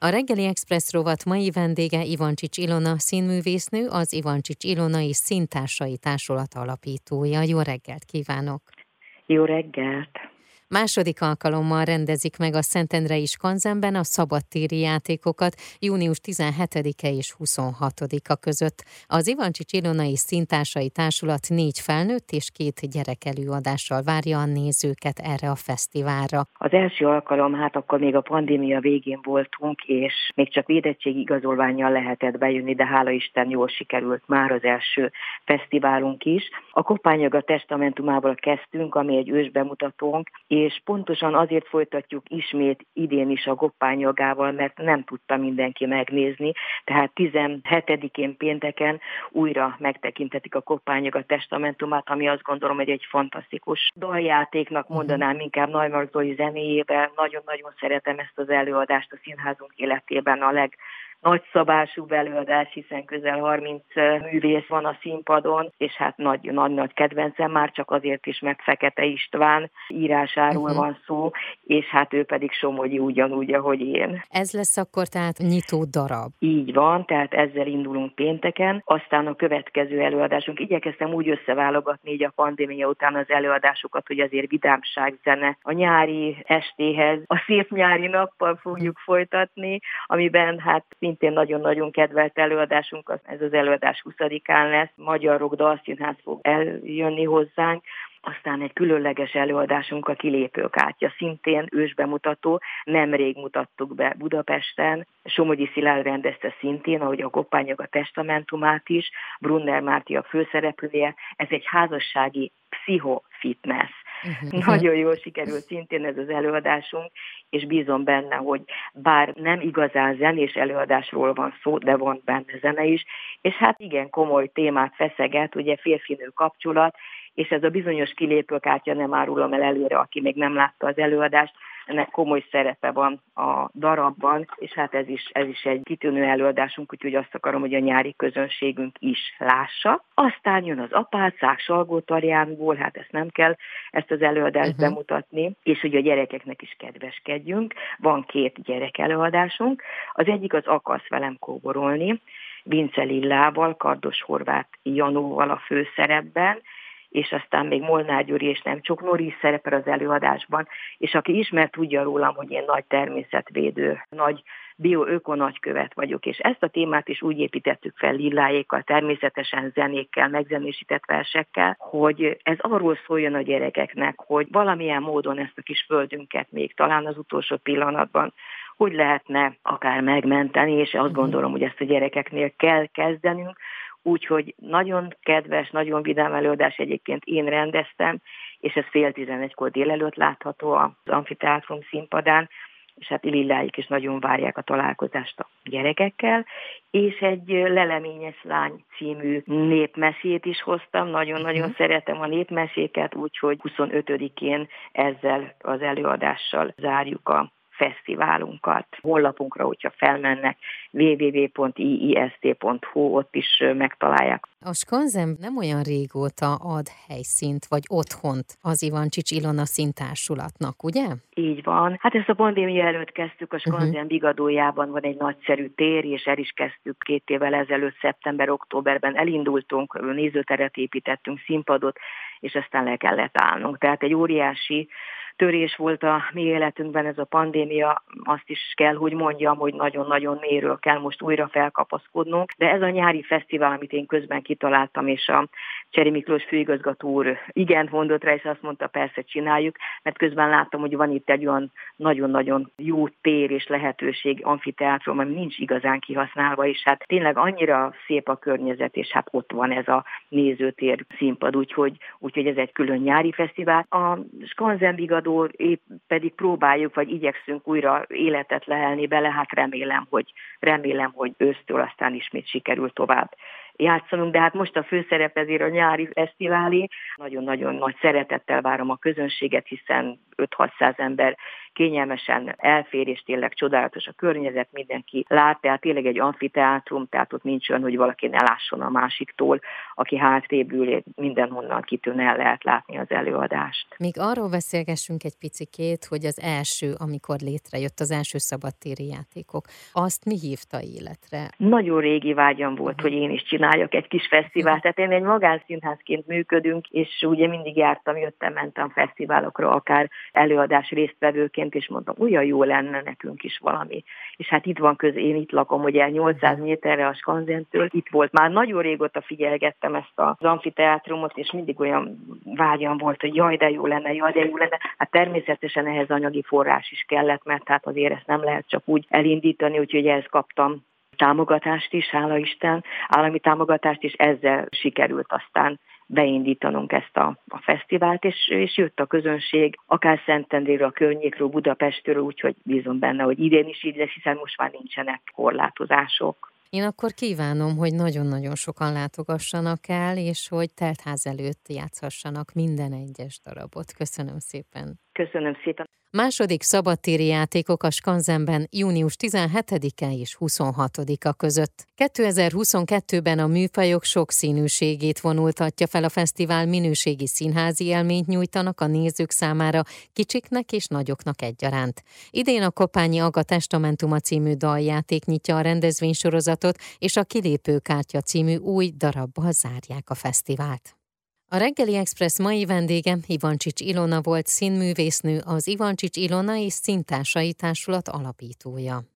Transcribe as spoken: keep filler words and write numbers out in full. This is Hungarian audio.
A Reggeli Express rovat mai vendége Ivancsics Ilona színművésznő, az Ivancsics Ilona és Színtársai Társulat alapítója. Jó reggelt kívánok! Jó reggelt! Második alkalommal rendezik meg a Szentendrei Skanzenben a szabadtéri játékokat június tizenhetedike és huszonhatodika között. Az Ivancsics Ilona és Színtársai Társulat négy felnőtt és két gyerek előadással várja a nézőket erre a fesztiválra. Az első alkalom, hát akkor még a pandémia végén voltunk, és még csak védettségi igazolvánnyal lehetett bejönni, de hála Isten jól sikerült már az első fesztiválunk is. A Koppányog a testamentumából kezdtünk, ami egy ősbemutatónk, és pontosan azért folytatjuk ismét idén is a Koppányogával, mert nem tudta mindenki megnézni, tehát tizenhetedikén pénteken újra megtekintetik a Koppányog a testamentumát, ami azt gondolom, hogy egy fantasztikus daljátéknak mondanám, inkább Neumark Zoli zenéjével. Nagyon-nagyon szeretem ezt az előadást a színházunk életében, a leg nagyszabású előadás, hiszen közel harminc művész van a színpadon, és hát nagy-nagy kedvencem már csak azért is, mert Fekete István írásáról uh-huh. van szó, és hát ő pedig Somogyi ugyanúgy, ahogy én. Ez lesz akkor tehát nyitó darab. Így van, tehát ezzel indulunk pénteken, aztán a következő előadásunk. Igyekeztem úgy összeválogatni így a pandémia után az előadásokat, hogy azért vidámság, zene. A nyári estéhez a szép nyári nappal fogjuk folytatni, amiben hát szintén nagyon-nagyon kedvelt előadásunk, ez az előadás huszadikán lesz, Magyar Rock Dalszínház fog eljönni hozzánk, aztán egy különleges előadásunk a Kilépőkártya, szintén ősbemutató, nemrég mutattuk be Budapesten, Somogyi Szilárd rendezte szintén, ahogy a Koppányog a testamentumát is, Brunner Márti a főszereplője, ez egy házassági pszichofitness. Uh-huh. Nagyon jól sikerült szintén ez az előadásunk, és bízom benne, hogy bár nem igazán zenés előadásról van szó, de van benne zene is, és hát igen komoly témát feszeget, ugye férfinő kapcsolat, és ez a bizonyos kilépőkártya, nem árulom el előre, aki még nem látta az előadást, ennek komoly szerepe van a darabban, és hát ez is, ez is egy kitűnő előadásunk, úgyhogy azt akarom, hogy a nyári közönségünk is lássa. Aztán jön az Apácák Salgótarjánból, hát ezt nem kell ezt az előadást uh-huh. bemutatni, és hogy a gyerekeknek is kedveskedjünk. Van két gyerek előadásunk. Az egyik az Akarsz velem kóborolni, Vince Lillával, Kardos Horváth Janóval a főszerepben, és aztán még Molnár Gyuri és Nemcsok Nori is szerepel az előadásban, és aki ismer, tudja rólam, hogy én nagy természetvédő, nagy bioöko nagykövet vagyok, és ezt a témát is úgy építettük fel Lilláékkal, természetesen zenékkel, megzenésített versekkel, hogy ez arról szóljon a gyerekeknek, hogy valamilyen módon ezt a kis földünket még talán az utolsó pillanatban hogy lehetne akár megmenteni, és azt gondolom, hogy ezt a gyerekeknél kell kezdenünk. Úgyhogy nagyon kedves, nagyon vidám előadás egyébként én rendeztem, és ez fél tizenegykor délelőtt látható az Amfiteátrum színpadán, és hát Lilláik is nagyon várják a találkozást a gyerekekkel, és egy Leleményes lány című népmesét is hoztam, nagyon-nagyon uh-huh. szeretem a népmeséket, úgyhogy huszonötödikén ezzel az előadással zárjuk a fesztiválunkat. Honlapunkra, hogyha felmennek, double-u double-u double-u pont i i s t pont h u, ott is megtalálják. A Skanzen nem olyan régóta ad helyszínt vagy otthont az Ivancsics Ilona Színtársulatnak, ugye? Így van. Hát ezt a pandémia előtt kezdtük, a Skanzen uh-huh. Bigadójában van egy nagyszerű tér, és el is kezdtük két évvel ezelőtt, szeptember-októberben elindultunk, nézőteret építettünk, színpadot, és aztán le kellett állnunk. Tehát egy óriási törés volt a mi életünkben ez a pandémia, azt is kell, hogy mondjam, hogy nagyon-nagyon mélyről kell most újra felkapaszkodnunk, de ez a nyári fesztivál, amit én közben kitaláltam, és a Cseri Miklós főigazgató úr igent mondott rá, és azt mondta, persze csináljuk, mert közben láttam, hogy van itt egy olyan nagyon-nagyon jó tér és lehetőség, amfiteátrum, ami nincs igazán kihasználva, és hát tényleg annyira szép a környezet, és hát ott van ez a nézőtér színpad, úgyhogy, úgyhogy ez egy külön nyári fesztivál. A Skanzen Bigadó épp pedig próbáljuk, vagy igyekszünk újra életet lehelni bele, hát remélem, hogy remélem, hogy ősztől aztán ismét sikerül tovább játszanunk, de hát most a főszerep ezért a nyári fesztiválé. Nagyon-nagyon nagy szeretettel várom a közönséget, hiszen öt-hatszáz ember kényelmesen elfér, és tényleg csodálatos a környezet, mindenki lát, tehát tényleg egy amfiteátrum, tehát ott nincs olyan, hogy valaki ne lásson a másiktól, aki hátrébül, mindenhonnan kitűn el lehet látni az előadást. Még arról beszélgessünk egy picikét, hogy az első, amikor létrejött az első szabadtéri játékok, azt mi hívta életre? Nagyon régi vágyam volt, hogy én is csináljak egy kis fesztivált. Tehát én egy magánszínházként működünk, és ugye mindig jártam, jöttem, mentem fesztiválokra, akár előadás résztvevőként, és mondtam, olyan jó lenne nekünk is valami. És hát itt van köz, én itt lakom, ugye nyolcszáz méterre a Skanzentől, itt volt. Már nagyon régóta figyelgettem ezt az amfiteátrumot, és mindig olyan vágyam volt, hogy jaj, de jó lenne, jaj, de jó lenne. Hát természetesen ehhez anyagi forrás is kellett, mert hát azért ezt nem lehet csak úgy elindítani, úgyhogy ehhez kaptam támogatást is, hála Isten, állami támogatást, és ezzel sikerült aztán beindítanunk ezt a, a fesztivált, és, és jött a közönség, akár Szentendréről, a környékről, Budapestről, úgyhogy bízom benne, hogy idén is így lesz, hiszen most már nincsenek korlátozások. Én akkor kívánom, hogy nagyon-nagyon sokan látogassanak el, és hogy teltház előtt játszhassanak minden egyes darabot. Köszönöm szépen. Köszönöm szépen. Második szabadtéri játékok a Skanzenben június tizenhetedike és huszonhatodika között. kétezer-huszonkettőben a műfajok sokszínűségét vonultatja fel a fesztivál, minőségi színházi élményt nyújtanak a nézők számára, kicsiknek és nagyoknak egyaránt. Idén a Kopányi Aga Testamentuma című daljáték nyitja a rendezvénysorozatot, és a Kilépőkártya című új darabbal zárják a fesztivált. A Reggeli Express mai vendége Ivancsics Ilona volt, színművésznő, az Ivancsics Ilona és Színtársai Társulat alapítója.